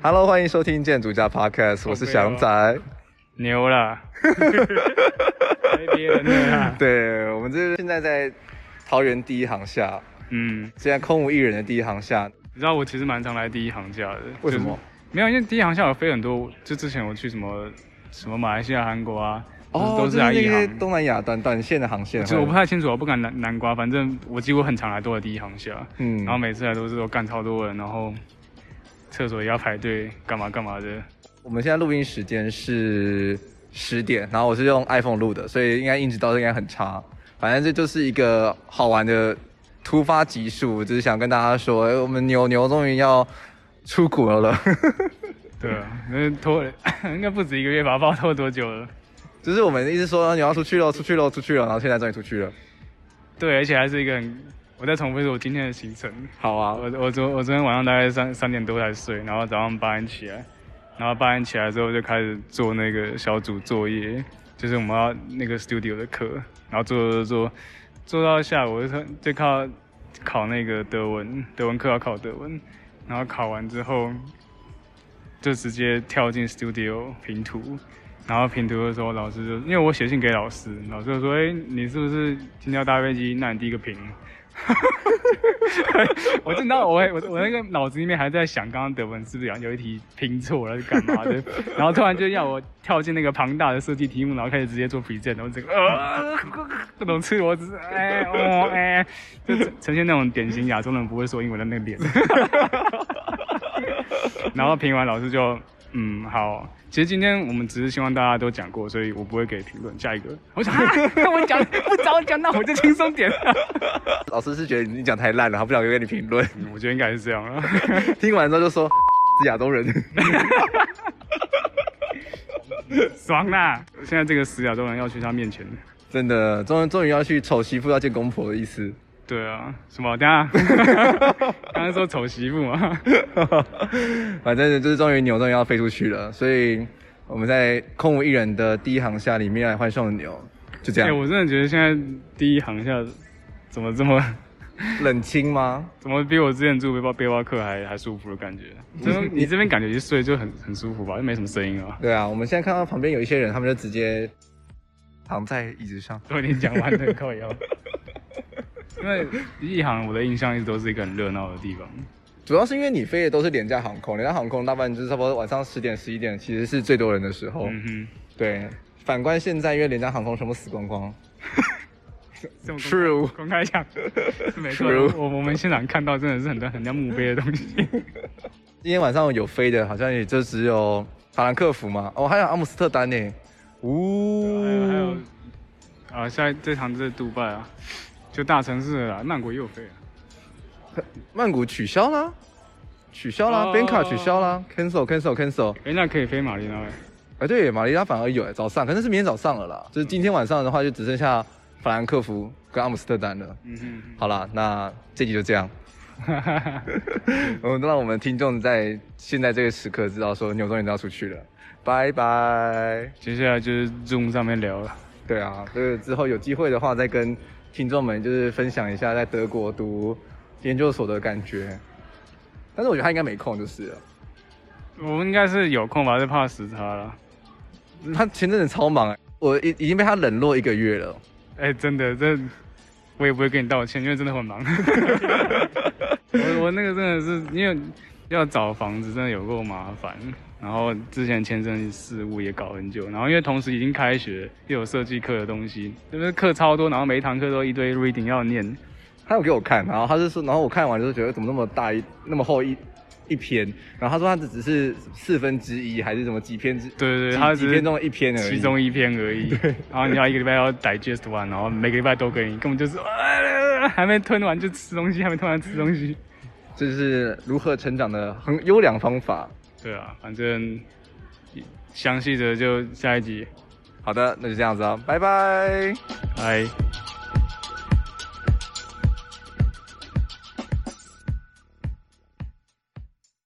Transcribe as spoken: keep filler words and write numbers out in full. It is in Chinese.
Hello， 欢迎收听建筑家 Podcast， 我是祥仔。 牛啦！没别人的啦。 对，我们这现在在桃园第一航厦，嗯，现在空无一人的第一航厦。 你知道我其实蛮常来第一航厦的， 为什么？ 就是、没有，因为第一航厦有飞很多，就之前我去什么什么马来西亚、韩国啊，哦，都是来一航。 东南亚短短线的航线。 其实我不太清楚，我不敢南南瓜，反正我几乎很常来都在第一航厦，嗯，然后每次来都是都干超多人，然后厕所也要排队，干嘛干嘛的。 我们现在录音时间是十点，然后我是用 iPhone 录的，所以应该音质到应该很差。反正这就是一个好玩的突发集数，只是想跟大家说，哎，我们牛牛终于要出国了。 对啊，那拖应该不止一个月吧？不知道拖多久了。 就是我们一直说你要出去了，出去了，出去了，然后现在终于出去了。 对，而且还是一个很，我再重复一次我今天的行程。 好啊， 我我昨我昨天晚上大概三三点多才睡，然后早上八点起来。然后八点起来之后就开始做那个小组作业，就是我们要那个 studio 的课，然后做做做做到下午就就靠考那个德文，德文课要考德文，然后考完之后就直接跳进 studio 评图，然后评图的时候老师就因为我写信给老师，老师就说：“哎，你是不是今天要搭飞机？那你第一个评。”我知道我我我那个脑子里面还在想，刚刚德文是不是有一题拼错了，是干嘛的？然后突然就要我跳进那个庞大的设计题目，然后开始直接做 present， 然后整个呃各种吃螺丝，哎哦哎，就呈现那种典型亚洲人不会说英文的那个脸。然后评完老师就嗯好。其实今天我们只是希望大家都讲过，所以我不会给评论。下一个，我想，那我讲不早讲，那我就轻松点。 老师是觉得你讲太烂了，他不想给你评论、 嗯。我觉得应该是这样了。 听完之后就说是亚洲人， 爽啦！现在这个死亚洲人要去他面前， 真的，终于终于要去丑媳妇要见公婆的意思。 对啊，什么？等下，刚刚说丑媳妇嘛， 反正就是终于牛终于要飞出去了，所以我们在空无一人的第一航厦里面来欢送牛，就这样。 哎、欸，我真的觉得现在第一航厦怎么这么冷清吗？ 怎么比我之前住背包背包客还还舒服的感觉？你你这边感觉一睡就很很舒服吧，又没什么声音啊。 对啊，我们现在看到旁边有一些人，他们就直接躺在椅子上。 都已经讲完了，靠腰。因为一航我的印象一直都是一个很热闹的地方， 主要是因为你飞的都是廉价航空，廉价航空大半就是差不多晚上十点十一点其实是最多人的时候。嗯哼，对。反观现在，因为廉价航空全部死光光。True， 公开讲是没错。我我们现场看到真的是很多很像墓碑的东西。 今天晚上有飞的，好像也就只有法兰克福嘛，哦，还有阿姆斯特丹呢。 呜、哦，还有还有啊，下这场是杜拜啊。就大城市了啦，曼谷也有飞啊。 曼谷取消啦，取消啦 ，Bangkok 取消啦 ，cancel cancel cancel。 哎，那可以飞马尼拉哎。 哎，对，马尼拉反而有哎，早上，可能是明天早上了啦。就是今天晚上的话，就只剩下法兰克福跟阿姆斯特丹了。嗯哼。好啦，那这集就这样。我们让我们听众在现在这个时刻知道说牛终于要出去了，拜拜。 接下来就是 Zoom 上面聊了。 对啊，就是之后有机会的话，再跟听众们就是分享一下在德国读研究所的感觉。但是我觉得他应该没空就是了。 我应该是有空吧，是怕时差了。 他前阵子超忙、欸，我已已经被他冷落一个月了。 哎、欸，真的，这我也不会跟你道歉，因为真的很忙。我我那个真的是因为要找房子真的有够麻烦。然后之前签证事务也搞很久，然后因为同时已经开学，又有设计课的东西，就是课超多，然后每一堂课都一堆 reading 要念。 他有给我看，然后他就说，然后我看完就觉得怎么那么大一那么厚一一篇，然后他说他只是四分之一还是什么几篇之， 对对对，他几篇中的一篇而已， 其中一篇而已。然后你要一个礼拜要 digest 完，然后每个礼拜都给你，根本就是、呃、还没吞完就吃东西，还没吞完吃东西。 这就是如何成长的很优良方法。 对啊，反正详细的就下一集。 好的，那就这样子啊，拜拜， 拜。